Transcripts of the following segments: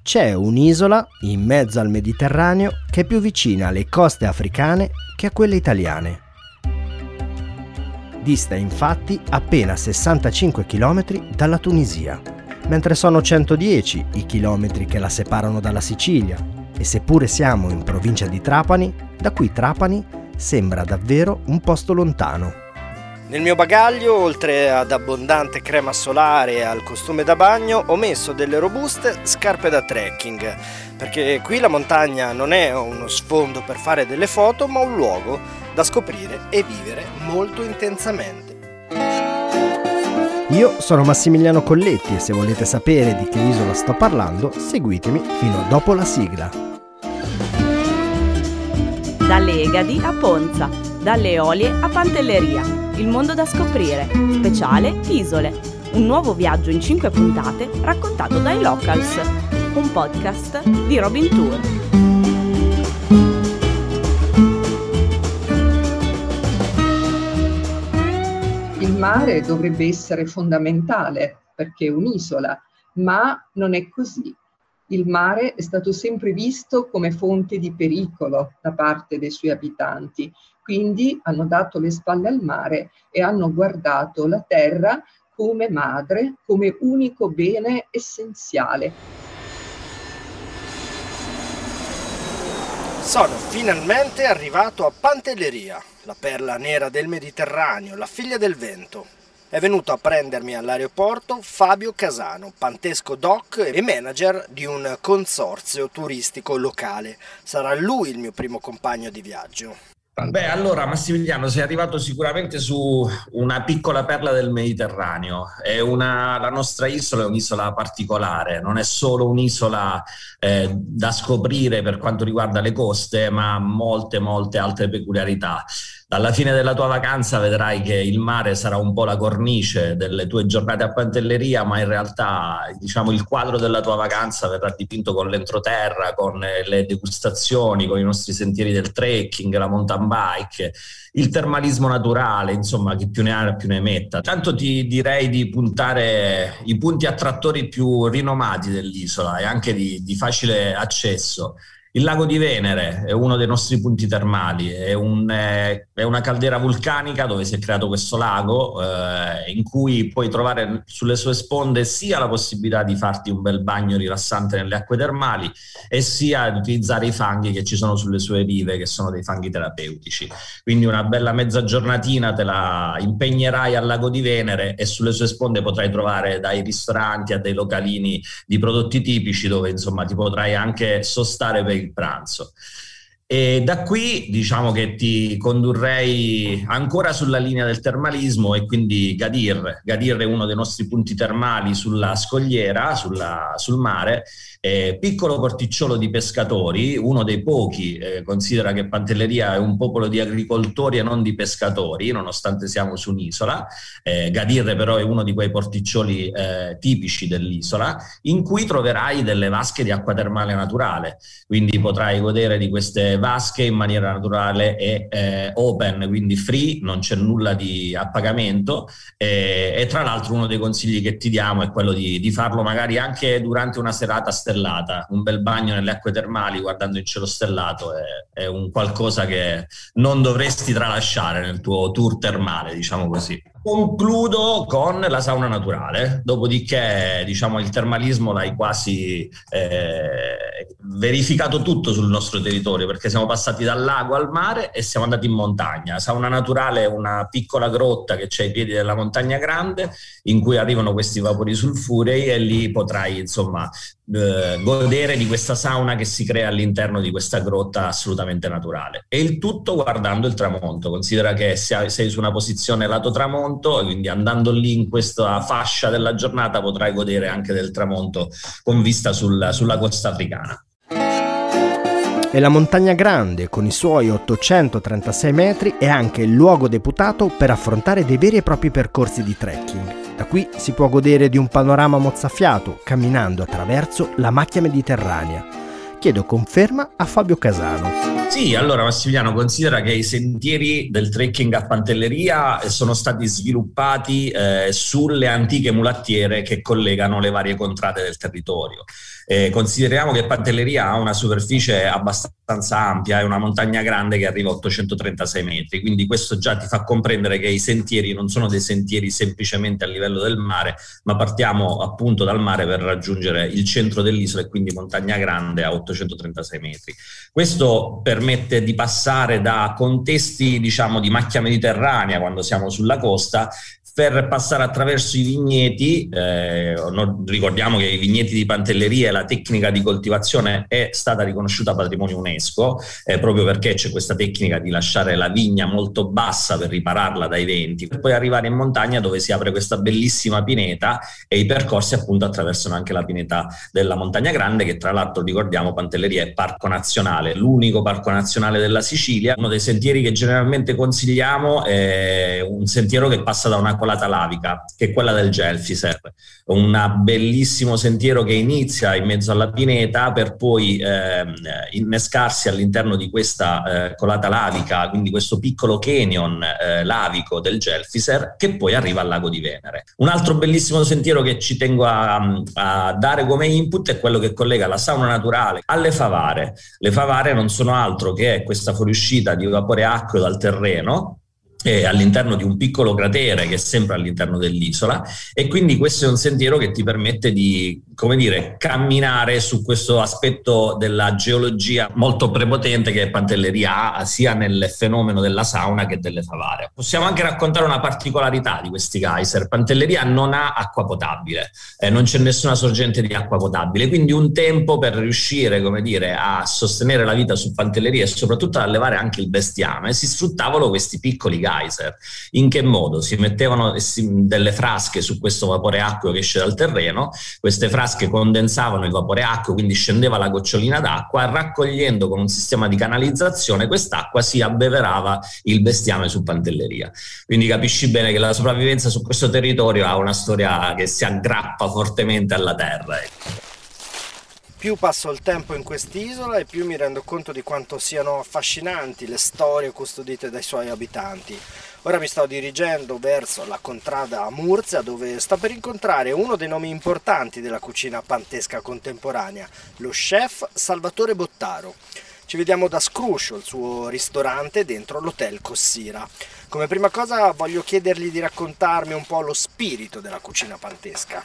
C'è un'isola in mezzo al Mediterraneo che è più vicina alle coste africane che a quelle italiane. Dista infatti appena 65 km dalla Tunisia, mentre sono 110 i chilometri che la separano dalla Sicilia. E seppure siamo in provincia di Trapani, da qui Trapani sembra davvero un posto lontano. Nel mio bagaglio, oltre ad abbondante crema solare e al costume da bagno, ho messo delle robuste scarpe da trekking, perché qui la montagna non è uno sfondo per fare delle foto, ma un luogo da scoprire e vivere molto intensamente. Io sono Massimiliano Colletti e se volete sapere di che isola sto parlando, seguitemi fino a dopo la sigla. Dalle Egadi a Ponza, dalle Eolie a Pantelleria. Il mondo da scoprire, speciale Isole. Un nuovo viaggio in 5 puntate raccontato dai Locals. Un podcast di Robin Tour. Il mare dovrebbe essere fondamentale perché è un'isola, ma non è così. Il mare è stato sempre visto come fonte di pericolo da parte dei suoi abitanti. Quindi hanno dato le spalle al mare e hanno guardato la terra come madre, come unico bene essenziale. Sono finalmente arrivato a Pantelleria, la perla nera del Mediterraneo, la figlia del vento. È venuto a prendermi all'aeroporto Fabio Casano, pantesco doc e manager di un consorzio turistico locale. Sarà lui il mio primo compagno di viaggio. Beh, allora Massimiliano, sei arrivato sicuramente su una piccola perla del Mediterraneo. La nostra isola è un'isola particolare, non è solo un'isola da scoprire per quanto riguarda le coste, ma molte altre peculiarità. Alla fine della tua vacanza vedrai che il mare sarà un po' la cornice delle tue giornate a Pantelleria, ma in realtà, diciamo, il quadro della tua vacanza verrà dipinto con l'entroterra, con le degustazioni, con i nostri sentieri del trekking, la mountain bike, il termalismo naturale, insomma, chi più ne ha più ne metta. Tanto ti direi di puntare i punti attrattori più rinomati dell'isola e anche di facile accesso. Il lago di Venere è uno dei nostri punti termali, è una caldera vulcanica dove si è creato questo lago in cui puoi trovare sulle sue sponde sia la possibilità di farti un bel bagno rilassante nelle acque termali e sia di utilizzare i fanghi che ci sono sulle sue rive, che sono dei fanghi terapeutici. Quindi una bella mezza giornatina te la impegnerai al lago di Venere e sulle sue sponde potrai trovare dai ristoranti a dei localini di prodotti tipici dove insomma ti potrai anche sostare per il pranzo. E da qui diciamo che ti condurrei ancora sulla linea del termalismo e quindi Gadir è uno dei nostri punti termali sulla scogliera, sul mare, piccolo porticciolo di pescatori, uno dei pochi. Considera che Pantelleria è un popolo di agricoltori e non di pescatori, nonostante siamo su un'isola. Gadir però è uno di quei porticcioli tipici dell'isola, in cui troverai delle vasche di acqua termale naturale, quindi potrai godere di queste vasche in maniera naturale e open, quindi free, non c'è nulla a pagamento, e tra l'altro uno dei consigli che ti diamo è quello di farlo magari anche durante una serata stellata. Un bel bagno nelle acque termali guardando il cielo stellato è un qualcosa che non dovresti tralasciare nel tuo tour termale, diciamo così. Concludo con la sauna naturale, dopodiché diciamo il termalismo l'hai quasi verificato tutto sul nostro territorio, perché siamo passati dal lago al mare e siamo andati in montagna. Sauna naturale è una piccola grotta che c'è ai piedi della montagna grande, in cui arrivano questi vapori sulfurei e lì potrai insomma godere di questa sauna che si crea all'interno di questa grotta assolutamente naturale, e il tutto guardando il tramonto. Considera che sei su una posizione lato tramonto e quindi andando lì in questa fascia della giornata potrai godere anche del tramonto con vista sulla costa africana. E la Montagna Grande, con i suoi 836 metri, è anche il luogo deputato per affrontare dei veri e propri percorsi di trekking. Da qui si può godere di un panorama mozzafiato camminando attraverso la macchia mediterranea. Chiedo conferma a Fabio Casano. Sì, allora Massimiliano, considera che i sentieri del trekking a Pantelleria sono stati sviluppati sulle antiche mulattiere che collegano le varie contrade del territorio. Consideriamo che Pantelleria ha una superficie abbastanza ampia, è una montagna grande che arriva a 836 metri, quindi questo già ti fa comprendere che i sentieri non sono dei sentieri semplicemente a livello del mare, ma partiamo appunto dal mare per raggiungere il centro dell'isola e quindi montagna grande a 836 metri. Questo permette di passare da contesti, diciamo, di macchia mediterranea quando siamo sulla costa, per passare attraverso i vigneti. Ricordiamo che i vigneti di Pantelleria e la tecnica di coltivazione è stata riconosciuta patrimonio UNESCO, proprio perché c'è questa tecnica di lasciare la vigna molto bassa per ripararla dai venti, per poi arrivare in montagna dove si apre questa bellissima pineta e i percorsi appunto attraversano anche la pineta della Montagna Grande, che tra l'altro ricordiamo Pantelleria è parco nazionale, l'unico parco nazionale della Sicilia. Uno dei sentieri che generalmente consigliamo è un sentiero che passa da una colata lavica, che è quella del Gelfiser, un bellissimo sentiero che inizia in mezzo alla pineta per poi innescarsi all'interno di questa colata lavica, quindi questo piccolo canyon lavico del Gelfiser, che poi arriva al lago di Venere. Un altro bellissimo sentiero che ci tengo a dare come input è quello che collega la sauna naturale alle favare. Le favare non sono altro che questa fuoriuscita di vapore acqueo dal terreno all'interno di un piccolo cratere che è sempre all'interno dell'isola, e quindi questo è un sentiero che ti permette di, come dire, camminare su questo aspetto della geologia molto prepotente che Pantelleria ha, sia nel fenomeno della sauna che delle favare. Possiamo anche raccontare una particolarità di questi geyser. Pantelleria non ha acqua potabile, non c'è nessuna sorgente di acqua potabile, quindi un tempo per riuscire, come dire, a sostenere la vita su Pantelleria e soprattutto ad allevare anche il bestiame, si sfruttavano questi piccoli geyser. In che modo? Si mettevano delle frasche su questo vapore acqueo che esce dal terreno, queste frasche condensavano il vapore acqueo, quindi scendeva la gocciolina d'acqua, raccogliendo con un sistema di canalizzazione quest'acqua si abbeverava il bestiame su Pantelleria. Quindi capisci bene che la sopravvivenza su questo territorio ha una storia che si aggrappa fortemente alla terra. Più passo il tempo in quest'isola e più mi rendo conto di quanto siano affascinanti le storie custodite dai suoi abitanti. Ora mi sto dirigendo verso la contrada a Murcia, dove sto per incontrare uno dei nomi importanti della cucina pantesca contemporanea, lo chef Salvatore Bottaro. Ci vediamo da Scruscio, il suo ristorante dentro l'Hotel Cossira. Come prima cosa voglio chiedergli di raccontarmi un po' lo spirito della cucina pantesca.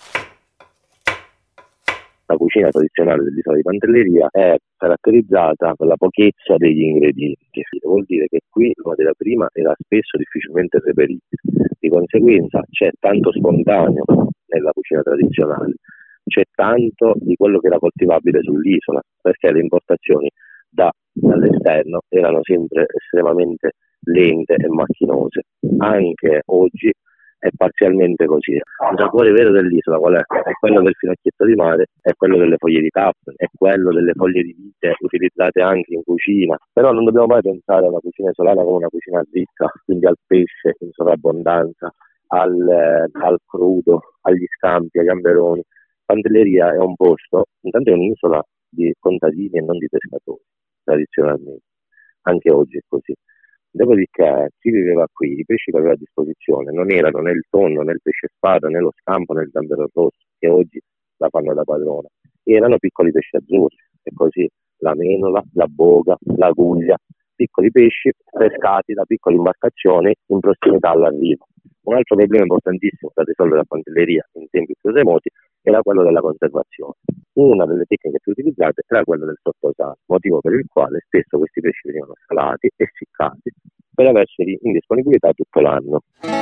La cucina tradizionale dell'isola di Pantelleria è caratterizzata per la pochezza degli ingredienti. Vuol dire che qui la materia prima era spesso difficilmente reperibile. Di conseguenza c'è tanto spontaneo nella cucina tradizionale, c'è tanto di quello che era coltivabile sull'isola, perché le importazioni dall'esterno erano sempre estremamente lente e macchinose. Anche oggi è parzialmente così. Il sapore vero dell'isola qual è? È quello del finocchietto di mare, è quello delle foglie di cappero, è quello delle foglie di vite utilizzate anche in cucina. Però non dobbiamo mai pensare alla cucina isolana come una cucina ricca, quindi al pesce in sovrabbondanza, al crudo, agli scampi, ai gamberoni. Pantelleria è un posto, intanto è un'isola di contadini e non di pescatori, tradizionalmente. Anche oggi è così. Dopodiché chi viveva qui, i pesci che aveva a disposizione non erano né il tonno, né il pesce spada, né lo scampo, né il gambero rosso, che oggi la fanno da padrona. Erano piccoli pesci azzurri, e così la menola, la boga, la guglia, piccoli pesci pescati da piccole imbarcazioni in prossimità all'arrivo. Un altro problema importantissimo da risolvere a Pantelleria in tempi più remoti era quello della conservazione. Una delle tecniche più utilizzate era quella del sottosale, motivo per il quale spesso questi pesci venivano salati e essiccati per averceli in disponibilità tutto l'anno.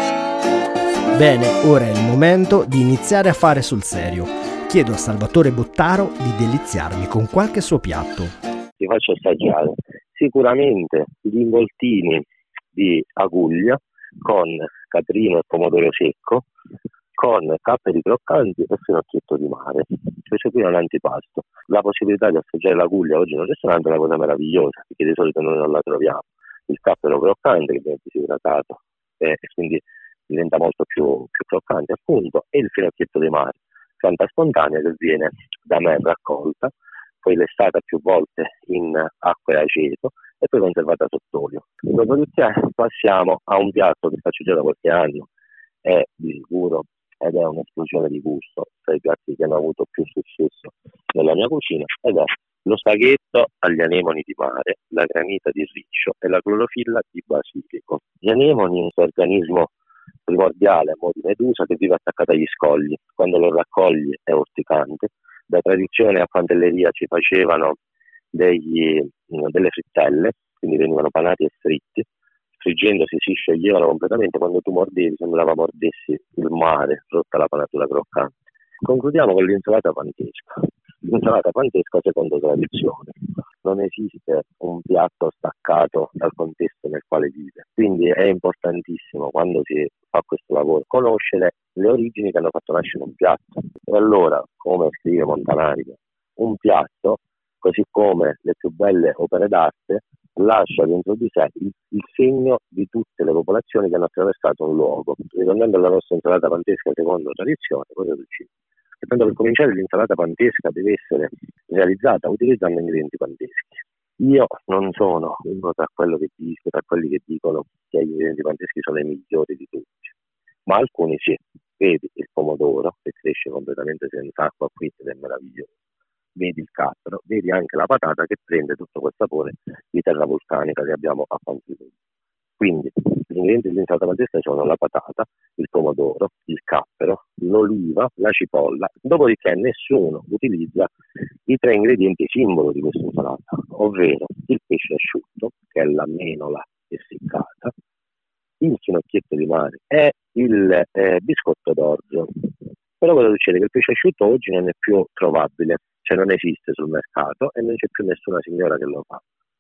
Bene, ora è il momento di iniziare a fare sul serio. Chiedo a Salvatore Bottaro di deliziarmi con qualche suo piatto. Ti faccio assaggiare sicuramente gli involtini di aguglia con caprino e pomodoro secco, con capperi croccanti e finocchietto di mare. Questo qui è un antipasto. La possibilità di assaggiare l'aguglia oggi in un ristorante è una cosa meravigliosa, perché di solito noi non la troviamo. Il cappero croccante che viene disidratato e quindi diventa molto più croccante appunto, e il finocchietto di mare, pianta spontanea che viene da me raccolta, poi lessata più volte in acqua e aceto e poi conservata sott'olio. Dopodiché passiamo a un piatto che faccio già da qualche anno, è di sicuro ed è un'esplosione di gusto tra i piatti che hanno avuto più successo nella mia cucina, ed è lo spaghetto agli anemoni di mare, la granita di riccio e la clorofilla di basilico. Gli anemoni è un organismo primordiale a mo' di medusa che vive attaccato agli scogli. Quando lo raccogli è urticante. Da tradizione a Pantelleria ci facevano delle frittelle, quindi venivano panati e fritti. Friggendosi si scioglievano completamente, quando tu mordevi sembrava mordessi il mare, rotta la panatura croccante. Concludiamo con l'insalata pantesca. L'insalata pantesca secondo tradizione. Non esiste un piatto staccato dal contesto nel quale vive, quindi è importantissimo quando si fa questo lavoro conoscere le origini che hanno fatto nascere un piatto. E allora, come scrive Montanari, un piatto, così come le più belle opere d'arte, lascia dentro di sé il segno di tutte le popolazioni che hanno attraversato un luogo. Ritornando alla nostra insalata pantesca secondo tradizione, cosa succede? Che tanto per cominciare l'insalata pantesca deve essere realizzata utilizzando ingredienti panteschi. Io non sono uno tra quelli che dicono che gli ingredienti panteschi sono i migliori di tutti, ma alcuni sì. Vedi il pomodoro che cresce completamente senza acqua qui ed è meraviglioso. Vedi il cappero, vedi anche la patata che prende tutto quel sapore di terra vulcanica che abbiamo a Pantelleria. Quindi gli ingredienti dell'insalata pantesca sono la patata, il pomodoro, il cappero, l'oliva, la cipolla, dopodiché nessuno utilizza i 3 ingredienti simbolo di questa insalata, ovvero il pesce asciutto, che è la menola essiccata, il finocchietto di mare e il biscotto d'orzo. Però cosa succede? Che il pesce asciutto oggi non è più trovabile, cioè non esiste sul mercato e non c'è più nessuna signora che lo fa.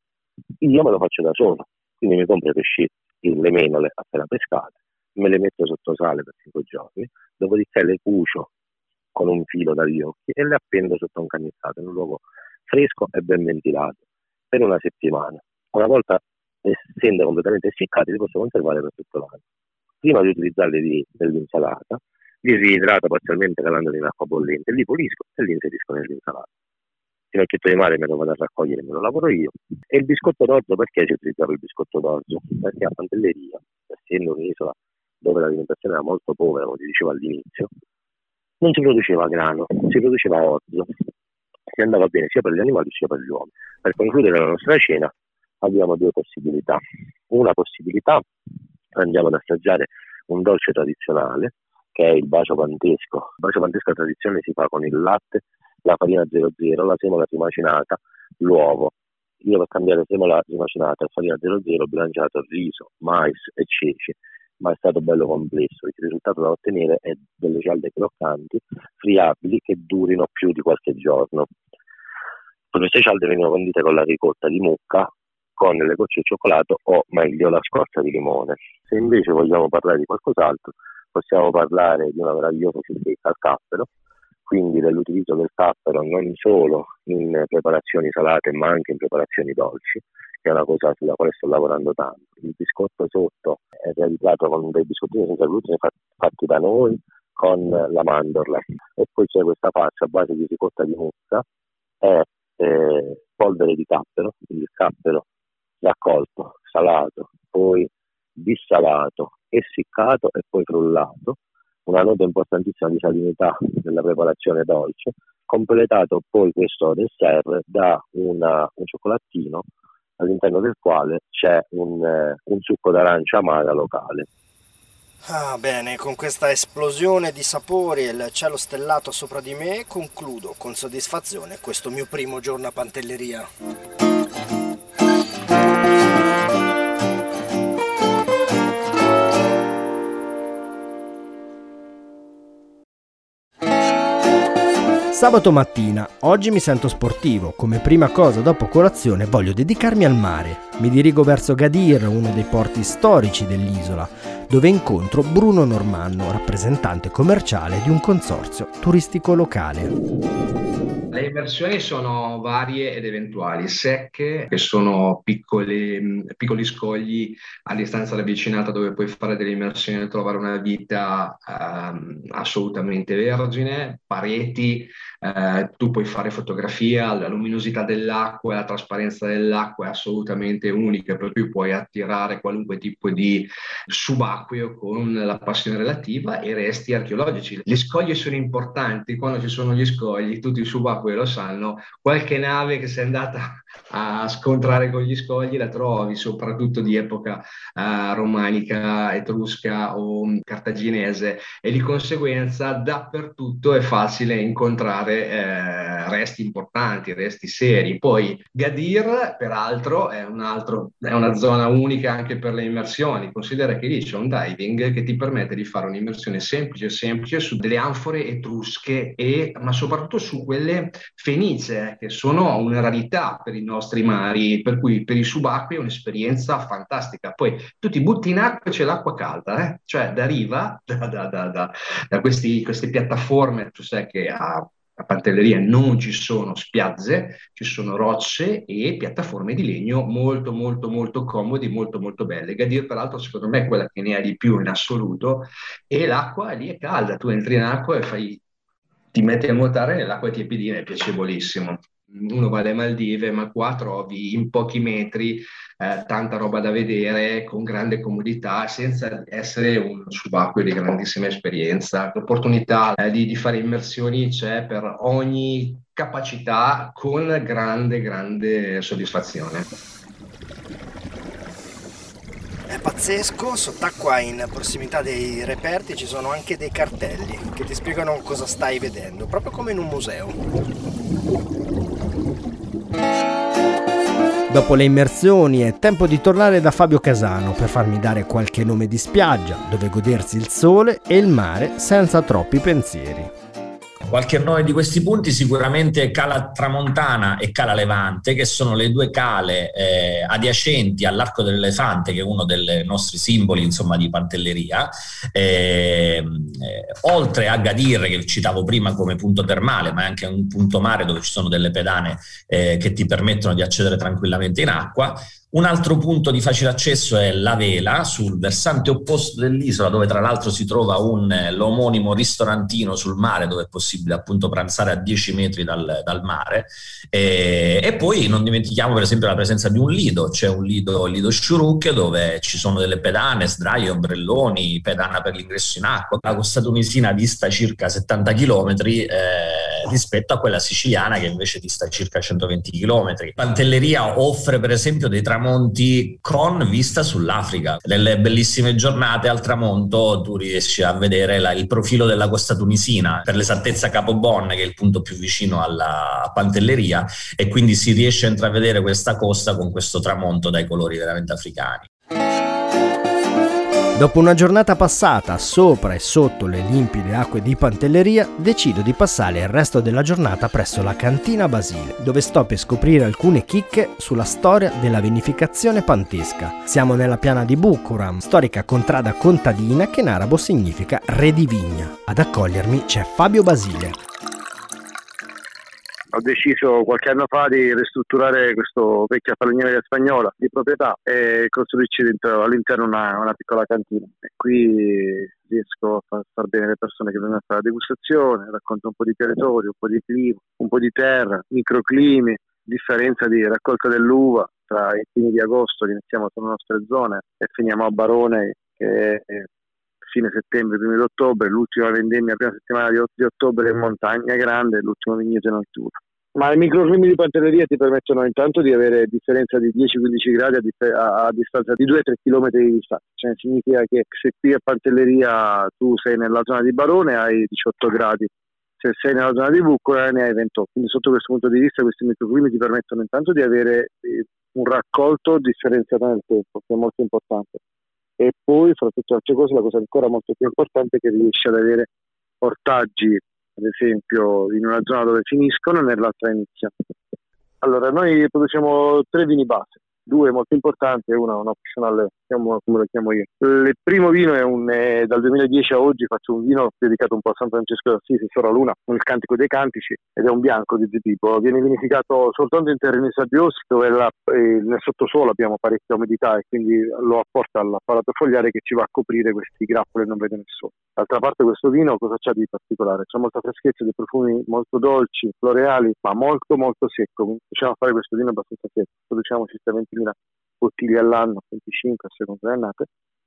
Io me lo faccio da solo, quindi mi compro i pesci, le menole appena pescate, me le metto sotto sale per 5 giorni, dopodiché le cucio con un filo dagli occhi e le appendo sotto un canizzato in un luogo fresco e ben ventilato per una settimana. Una volta essendo completamente essiccati li posso conservare per tutto l'anno. Prima di utilizzarli nell'insalata li riidrato parzialmente calandoli in acqua bollente, li pulisco e li inserisco nell'insalata. Il finocchietto di mare me lo vado a raccogliere, me lo lavoro io. E il biscotto d'orzo, perché si utilizzava il biscotto d'orzo? Perché a Pantelleria, essendo un'isola dove l'alimentazione era molto povera, come si diceva all'inizio, non si produceva grano, si produceva orzo, che andava bene sia per gli animali sia per gli uomini. Per concludere la nostra cena abbiamo 2 possibilità. Una possibilità, andiamo ad assaggiare un dolce tradizionale che è il bacio pantesco. Il bacio pantesco a tradizione si fa con il latte, la farina 00, la semola rimacinata, l'uovo. Io per cambiare semola rimacinata e farina 00 ho bilanciato riso, mais e ceci, ma è stato bello complesso. Il risultato da ottenere è delle cialde croccanti, friabili, che durino più di qualche giorno. Queste cialde vengono condite con la ricotta di mucca, con le gocce di cioccolato o meglio la scorza di limone. Se invece vogliamo parlare di qualcos'altro, possiamo parlare di una meravigliosa cheesecake al cappero, quindi dell'utilizzo del cappero non solo in preparazioni salate ma anche in preparazioni dolci, che è una cosa sulla quale sto lavorando tanto. Il biscotto sotto è realizzato con dei biscottini senza glutine fatti da noi con la mandorla, e poi c'è questa faccia a base di ricotta di mucca e polvere di cappero, il cappero raccolto, salato, poi dissalato, essiccato e poi frullato, una nota importantissima di salinità nella preparazione dolce, completato poi questo dessert da un cioccolatino all'interno del quale c'è un succo d'arancia amara locale. Ah, bene, con questa esplosione di sapori e il cielo stellato sopra di me concludo con soddisfazione questo mio primo giorno a Pantelleria. Sabato mattina, oggi mi sento sportivo, come prima cosa dopo colazione voglio dedicarmi al mare. Mi dirigo verso Gadir, uno dei porti storici dell'isola, dove incontro Bruno Normanno, rappresentante commerciale di un consorzio turistico locale. Le immersioni sono varie ed eventuali, secche, che sono piccoli scogli a distanza ravvicinata dove puoi fare delle immersioni e trovare una vita assolutamente vergine, pareti, tu puoi fare fotografia, la luminosità dell'acqua e la trasparenza dell'acqua è assolutamente unica, per cui puoi attirare qualunque tipo di subacqueo con la passione relativa e resti archeologici. Gli scogli sono importanti, quando ci sono gli scogli, tutti i subacquei lo sanno, qualche nave che sei andata a scontrare con gli scogli la trovi, soprattutto di epoca romanica, etrusca o cartaginese, e di conseguenza dappertutto è facile incontrare resti importanti, resti seri. Poi Gadir, peraltro, è una zona unica anche per le immersioni. Considera che lì c'è un diving che ti permette di fare un'immersione semplice su delle anfore etrusche, ma soprattutto su quelle fenicie, che sono una rarità per i nostri mari, per cui per i subacquei è un'esperienza fantastica. Poi tu ti butti in acqua e c'è l'acqua calda, cioè da riva, da queste piattaforme, tu sai che a Pantelleria non ci sono spiagge, ci sono rocce e piattaforme di legno molto molto molto comodi, molto molto belle. Gadir peraltro secondo me è quella che ne ha di più in assoluto, e l'acqua lì è calda, tu entri in acqua e ti metti a nuotare nell'acqua tiepidina, è piacevolissimo. Uno va alle Maldive, ma qua trovi in pochi metri tanta roba da vedere con grande comodità, senza essere un subacqueo di grandissima esperienza. L'opportunità di fare immersioni c'è per ogni capacità, con grande soddisfazione. È pazzesco, sott'acqua in prossimità dei reperti ci sono anche dei cartelli che ti spiegano cosa stai vedendo, proprio come in un museo. Dopo le immersioni è tempo di tornare da Fabio Casano per farmi dare qualche nome di spiaggia dove godersi il sole e il mare senza troppi pensieri. Qualche nome di questi punti sicuramente Cala Tramontana e Cala Levante, che sono le due cale adiacenti all'Arco dell'Elefante, che è uno dei nostri simboli, insomma, di Pantelleria. Oltre a Gadir, che citavo prima come punto termale, ma è anche un punto mare dove ci sono delle pedane che ti permettono di accedere tranquillamente in acqua. Un altro punto di facile accesso è La Vela, sul versante opposto dell'isola, dove tra l'altro si trova l'omonimo ristorantino sul mare, dove è possibile appunto pranzare a 10 metri dal mare. E poi non dimentichiamo per esempio la presenza di un lido. C'è il lido Sciurucche, dove ci sono delle pedane, sdraio, ombrelloni, pedana per l'ingresso in acqua. La costa tunisina dista circa 70 km rispetto a quella siciliana, che invece dista circa 120 km. Pantelleria offre per esempio dei tramonti con vista sull'Africa. Nelle bellissime giornate al tramonto tu riesci a vedere il profilo della costa tunisina, per l'esattezza Capobon, che è il punto più vicino a Pantelleria, e quindi si riesce a intravedere questa costa con questo tramonto dai colori veramente africani. Dopo una giornata passata sopra e sotto le limpide acque di Pantelleria, decido di passare il resto della giornata presso la Cantina Basile, dove sto per scoprire alcune chicche sulla storia della vinificazione pantesca. Siamo nella piana di Bucuram, storica contrada contadina che in arabo significa re di vigna. Ad accogliermi c'è Fabio Basile. Ho deciso qualche anno fa di ristrutturare questo vecchia falegname spagnola di proprietà e costruirci all'interno una piccola cantina. E qui riesco a far bene le persone che vengono a fare la degustazione, racconto un po' di territorio, un po' di clima, un po' di terra, microclimi, differenza di raccolta dell'uva tra i primi di agosto, che iniziamo sulle nostre zone, e finiamo a Barone, che è fine settembre, primi di ottobre, l'ultima vendemmia, la prima settimana di ottobre in Montagna Grande, l'ultimo vigneto notturno. Ma i microclimi di Pantelleria ti permettono intanto di avere differenza di 10-15 gradi a distanza di 2-3 km di distanza. Cioè significa che se qui a Pantelleria tu sei nella zona di Barone hai 18 gradi, se sei nella zona di Buccola ne hai 28. Quindi sotto questo punto di vista questi microclimi ti permettono intanto di avere un raccolto differenziato nel tempo, che è molto importante. E poi, fra tutte le altre cose, la cosa ancora molto più importante è che riesci ad avere ortaggi, ad esempio, in una zona dove finiscono e nell'altra iniziano. Allora, noi produciamo 3 vini base. due molto importanti e una optional, come lo chiamo io. Il primo vino è dal 2010 a oggi faccio un vino dedicato un po' a San Francesco d'Assisi, Sora Luna, il Cantico dei Cantici, ed è un bianco di Zeppipo. Viene vinificato soltanto in terreni sabbiosi, dove nel sottosuolo abbiamo parecchia umidità e quindi lo apporta all'apparato fogliare che ci va a coprire questi grappoli e non vede nessuno. D'altra parte questo vino cosa c'ha di particolare? C'è molta freschezza, dei profumi molto dolci, floreali, ma molto molto secco. Riusciamo a fare questo vino abbastanza secco. Produciamo circa 20.000 bottiglie all'anno, 25 a seconda delle annate,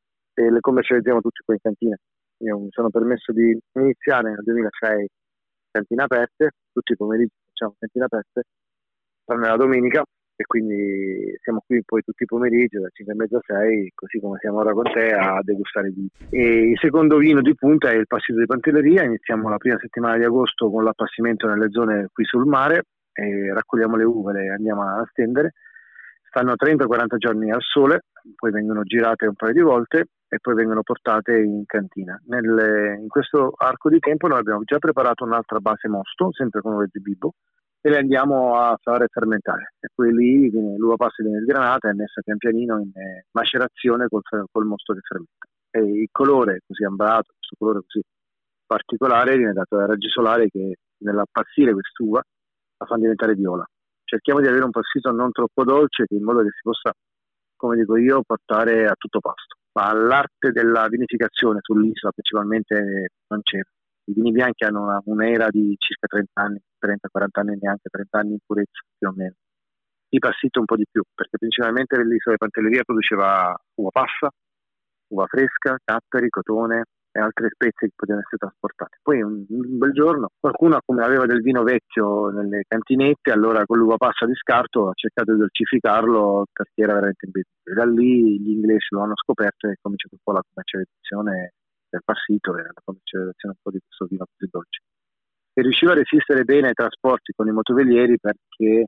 e le commercializziamo tutti poi in cantina. Io mi sono permesso di iniziare nel 2006 cantine aperte, tutti i pomeriggi facciamo cantine aperte, tranne la domenica, e quindi siamo qui poi tutti i pomeriggi da 5:30 a 6, così come siamo ora con te a degustare vini. E il secondo vino di punta è il Passito di Pantelleria. Iniziamo la prima settimana di agosto con l'appassimento nelle zone qui sul mare, e raccogliamo le uve, le andiamo a stendere, stanno 30-40 giorni al sole, poi vengono girate un paio di volte e poi vengono portate in cantina. In questo arco di tempo noi abbiamo già preparato un'altra base mosto, sempre con uve Zebibbo, e le andiamo a fare fermentare, e poi lì l'uva passa viene sgranata e messa pian pianino in macerazione col mosto che fermenta, e il colore così ambrato, questo colore così particolare, viene dato dai raggi solari che nell'appassire quest'uva la fanno diventare viola. Cerchiamo di avere un passito non troppo dolce, in modo che si possa, come dico io, portare a tutto pasto. Ma l'arte della vinificazione sull'isola principalmente non c'era. I vini bianchi hanno un'era di circa 30 anni, 30-40 anni, neanche 30 anni in purezza più o meno. I passito un po' di più, perché principalmente l'isola di Pantelleria produceva uva passa, uva fresca, capperi, cotone e altre spezie che potevano essere trasportate. Poi un bel giorno qualcuno, come aveva del vino vecchio nelle cantinette, allora con l'uva passa di scarto ha cercato di dolcificarlo perché era veramente imbevibile. Da lì gli inglesi lo hanno scoperto e è cominciata un po' la commercializzazione del passito e la commercializzazione un po' di questo vino così dolce. E riusciva a resistere bene ai trasporti con i motovelieri perché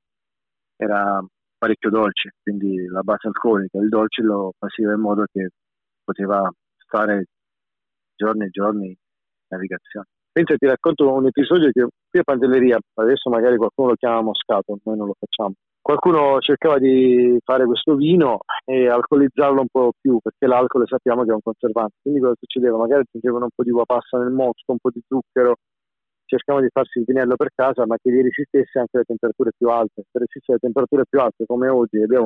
era parecchio dolce, quindi la base alcolica, il dolce lo faceva in modo che poteva stare giorni e giorni in navigazione. Pensa, ti racconto un episodio che qui a Pantelleria, adesso magari qualcuno lo chiama moscato, noi non lo facciamo. Qualcuno cercava di fare questo vino e alcolizzarlo un po' più, perché l'alcol sappiamo che è un conservante. Quindi cosa succedeva? Magari aggiungevano un po' di uva passa nel mosto, un po' di zucchero, cercavano di farsi il vinello per casa, ma che gli resistesse anche alle temperature più alte. Per resistere alle temperature più alte, come oggi abbiamo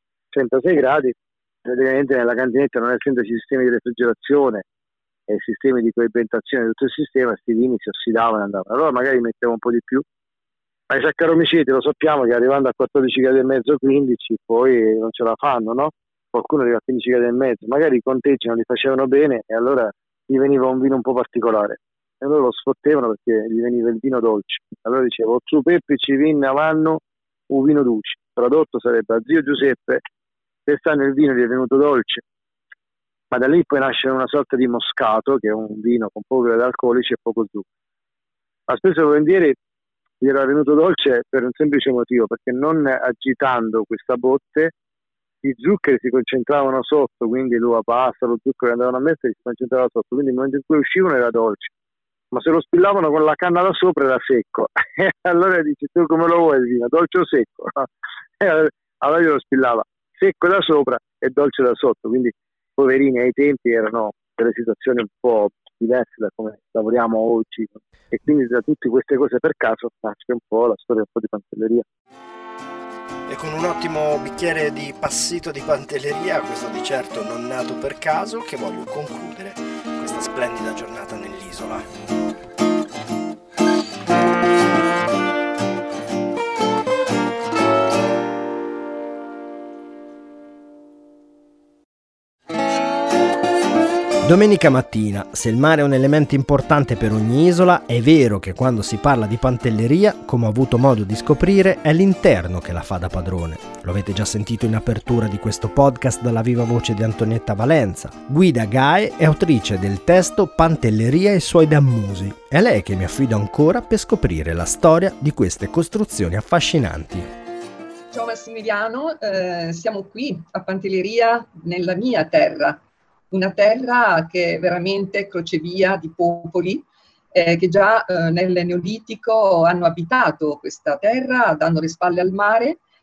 36 gradi, praticamente nella cantinetta, non essendoci sistemi di refrigerazione e sistemi di coibentazione di tutto il sistema, questi vini si ossidavano e andavano. Allora magari mettevo un po' di più, ma i Saccharomiceti lo sappiamo che arrivando a 14 gradi e mezzo, 15, poi non ce la fanno, no? Qualcuno arriva a 15 gradi e mezzo, magari i conteggi non li facevano bene e allora gli veniva un vino un po' particolare e loro lo sfottevano perché gli veniva il vino dolce. Allora dicevo, su Peppi ci vinna vanno un vino dolce, tradotto sarebbe a zio Giuseppe quest'anno il vino gli è venuto dolce, ma da lì poi nasce una sorta di moscato, che è un vino con poco di alcolici e poco zucchero. Ma spesso e volentieri gli era venuto dolce per un semplice motivo, perché non agitando questa botte i zuccheri si concentravano sotto, quindi l'uva passa, lo zucchero andavano a mettere e si concentravano sotto, quindi nel momento in cui uscivano era dolce, ma se lo spillavano con la canna da sopra era secco. E allora dici, tu come lo vuoi il vino, dolce o secco? E allora io lo spillava secco da sopra e dolce da sotto, quindi poverini ai tempi erano delle situazioni un po' diverse da come lavoriamo oggi, e quindi da tutte queste cose per caso nasce un po' la storia un po' di Pantelleria. E con un ottimo bicchiere di Passito di Pantelleria, questo di certo non nato per caso, che voglio concludere questa splendida giornata nell'isola. Domenica mattina, se il mare è un elemento importante per ogni isola, è vero che quando si parla di Pantelleria, come ho avuto modo di scoprire, è l'interno che la fa da padrone. Lo avete già sentito in apertura di questo podcast dalla viva voce di Antonietta Valenza. Guida GAE è autrice del testo Pantelleria e i suoi dammusi. È lei che mi affido ancora per scoprire la storia di queste costruzioni affascinanti. Ciao Massimiliano, siamo qui a Pantelleria nella mia terra. Una terra che è veramente crocevia di popoli che già nel Neolitico hanno abitato questa terra, dando le spalle al mare,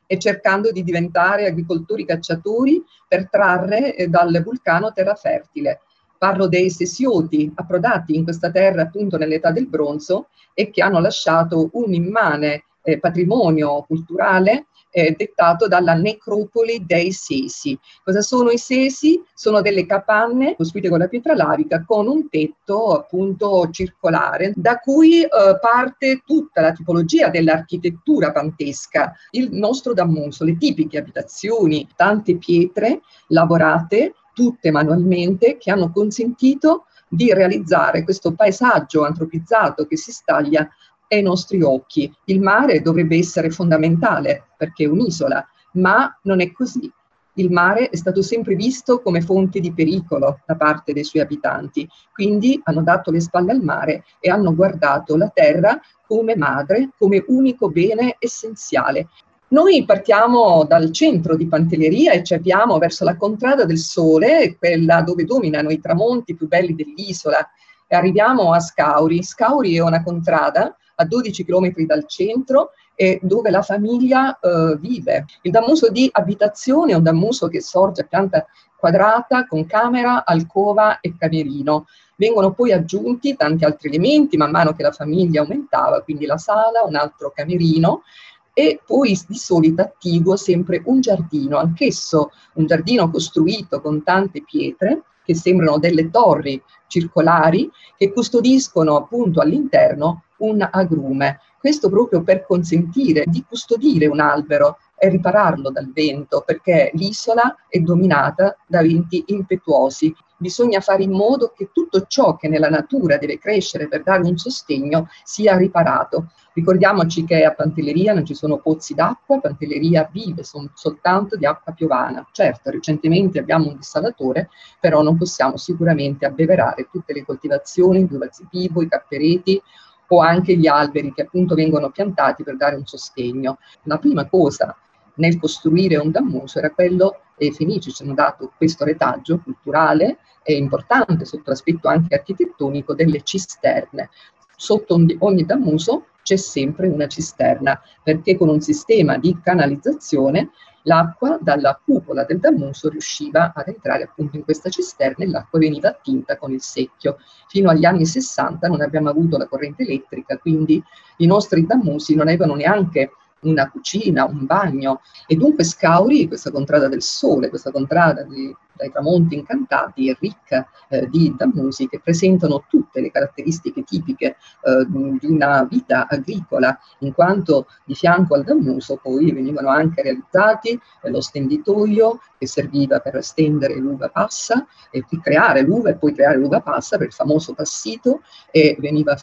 e cercando di diventare agricoltori cacciatori per trarre dal vulcano terra fertile. Parlo dei Sesioti, approdati in questa terra appunto nell'età del bronzo e che hanno lasciato un immane patrimonio culturale dettato dalla necropoli dei Sesi. Cosa sono i Sesi? Sono delle capanne costruite con la pietra lavica con un tetto appunto circolare, da cui parte tutta la tipologia dell'architettura pantesca. Il nostro Dammuso, le tipiche abitazioni, tante pietre lavorate, tutte manualmente, che hanno consentito di realizzare questo paesaggio antropizzato che si staglia ai nostri occhi. Il mare dovrebbe essere fondamentale perché è un'isola, ma non è così. Il mare è stato sempre visto come fonte di pericolo da parte dei suoi abitanti, quindi hanno dato le spalle al mare e hanno guardato la terra come madre, come unico bene essenziale. Noi partiamo dal centro di Pantelleria e ci avviamo verso la contrada del Sole, quella dove dominano i tramonti più belli dell'isola, e arriviamo a Scauri. Scauri è una contrada a 12 km dal centro e dove la famiglia vive. Il Dammuso di abitazione è un Dammuso che sorge a pianta quadrata con camera, alcova e camerino. Vengono poi aggiunti tanti altri elementi man mano che la famiglia aumentava, quindi la sala, un altro camerino, e poi di solito attiguo sempre un giardino, anch'esso un giardino costruito con tante pietre che sembrano delle torri circolari che custodiscono appunto all'interno un agrume. Questo proprio per consentire di custodire un albero e ripararlo dal vento, perché l'isola è dominata da venti impetuosi. Bisogna fare in modo che tutto ciò che nella natura deve crescere per dare un sostegno sia riparato. Ricordiamoci che a Pantelleria non ci sono pozzi d'acqua, Pantelleria vive soltanto di acqua piovana. Certo, recentemente abbiamo un dissalatore, però non possiamo sicuramente abbeverare tutte le coltivazioni, il vazzipivo, i cappereti o anche gli alberi che appunto vengono piantati per dare un sostegno. La prima cosa nel costruire un Dammuso era quello, e i Fenici ci hanno dato questo retaggio culturale e importante sotto l'aspetto anche architettonico, delle cisterne. Sotto ogni Dammuso c'è sempre una cisterna, perché con un sistema di canalizzazione l'acqua dalla cupola del Dammuso riusciva ad entrare appunto in questa cisterna e l'acqua veniva attinta con il secchio. Fino agli anni 60 non abbiamo avuto la corrente elettrica, quindi i nostri Dammusi non avevano neanche una cucina, un bagno, e dunque Scauri, questa contrada del Sole, questa contrada dai tramonti incantati, è ricca di Dammusi che presentano tutte le caratteristiche tipiche di una vita agricola, in quanto di fianco al Dammuso poi venivano anche realizzati lo stenditoio che serviva per stendere l'uva passa e creare l'uva e poi creare l'uva passa per il famoso passito, e veniva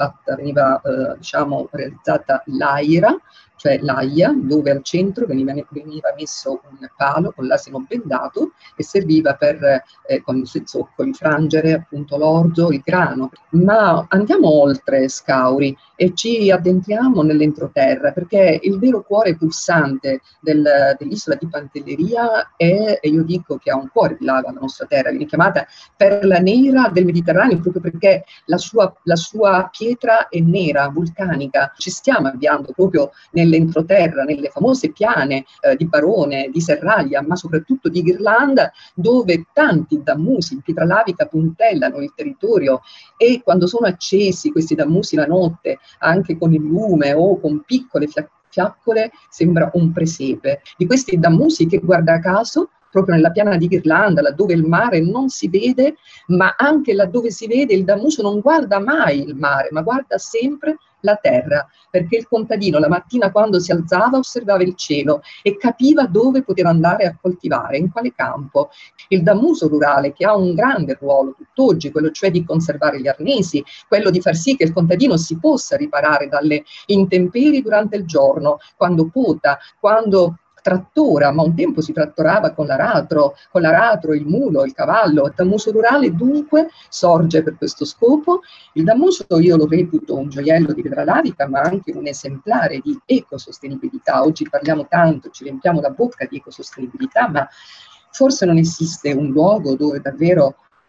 realizzata l'aira, cioè l'aia, dove al centro veniva messo un palo con l'asino bendato e serviva per, con i suoi zoccoli, frangere appunto l'orzo, il grano. Ma andiamo oltre Scauri e ci addentriamo nell'entroterra, perché il vero cuore pulsante dell'isola di Pantelleria è, e io dico che ha un cuore di lava la nostra terra, viene chiamata perla nera del Mediterraneo proprio perché la sua pietra è nera, vulcanica. Ci stiamo avviando proprio nell'entroterra, nelle famose piane di Barone, di Serraglia, ma soprattutto di Ghirlanda, dove tanti Dammusi in pietra lavica puntellano il territorio, e quando sono accesi questi Dammusi la notte, anche con il lume o con piccole fiaccole, sembra un presepe. Di questi Dammusi che, guarda caso, proprio nella piana di Ghirlanda, laddove il mare non si vede, ma anche laddove si vede, il Dammuso non guarda mai il mare, ma guarda sempre la terra, perché il contadino la mattina quando si alzava osservava il cielo e capiva dove poteva andare a coltivare, in quale campo. Il Dammuso rurale, che ha un grande ruolo tutt'oggi, quello cioè di conservare gli arnesi, quello di far sì che il contadino si possa riparare dalle intemperie durante il giorno, quando pota, quando trattora, ma un tempo si trattorava con l'aratro, il mulo, il cavallo. Il Dammuso rurale dunque sorge per questo scopo. Il Dammuso io lo reputo un gioiello di pietra lavica, ma anche un esemplare di ecosostenibilità. Oggi parliamo tanto, ci riempiamo la bocca di ecosostenibilità, ma forse non esiste un luogo dove davvero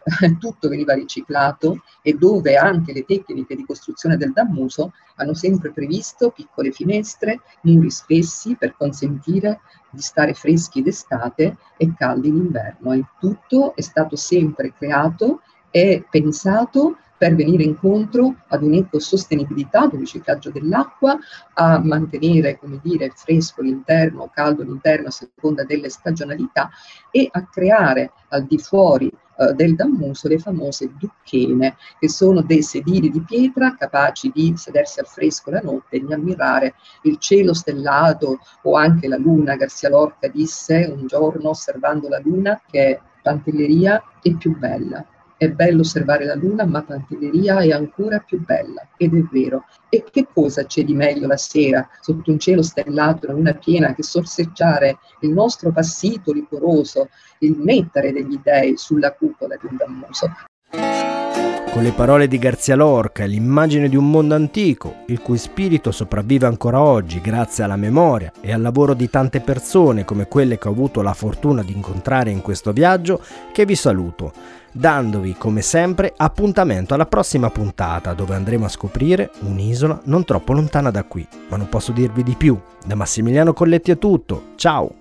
tutto veniva riciclato e dove anche le tecniche di costruzione del dammuso hanno sempre previsto piccole finestre, muri spessi per consentire di stare freschi d'estate e caldi in inverno. Il tutto è stato sempre creato e pensato per venire incontro ad un'ecosostenibilità, ad un riciclaggio dell'acqua, a mantenere, come dire, fresco l'interno, caldo l'interno a seconda delle stagionalità e a creare al di fuori del dammuso le famose ducchene, che sono dei sedili di pietra capaci di sedersi al fresco la notte e di ammirare il cielo stellato o anche la luna. Garcia Lorca disse un giorno, osservando la luna, che Pantelleria è più bella. È bello osservare la luna, ma Pantelleria è ancora più bella, ed è vero. E che cosa c'è di meglio la sera, sotto un cielo stellato, una luna piena, che sorseggiare il nostro passito liquoroso, il nettare degli dei sulla cupola di un dammuso. Con le parole di Garcia Lorca, l'immagine di un mondo antico, il cui spirito sopravvive ancora oggi grazie alla memoria e al lavoro di tante persone come quelle che ho avuto la fortuna di incontrare in questo viaggio, che vi saluto, dandovi come sempre appuntamento alla prossima puntata, dove andremo a scoprire un'isola non troppo lontana da qui. Ma non posso dirvi di più. Da Massimiliano Colletti è tutto. Ciao!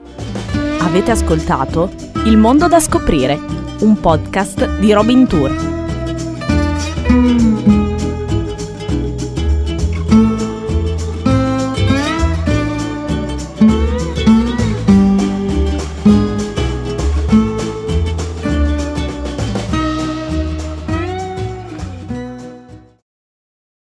Avete ascoltato Il mondo da scoprire, un podcast di Robin Tour.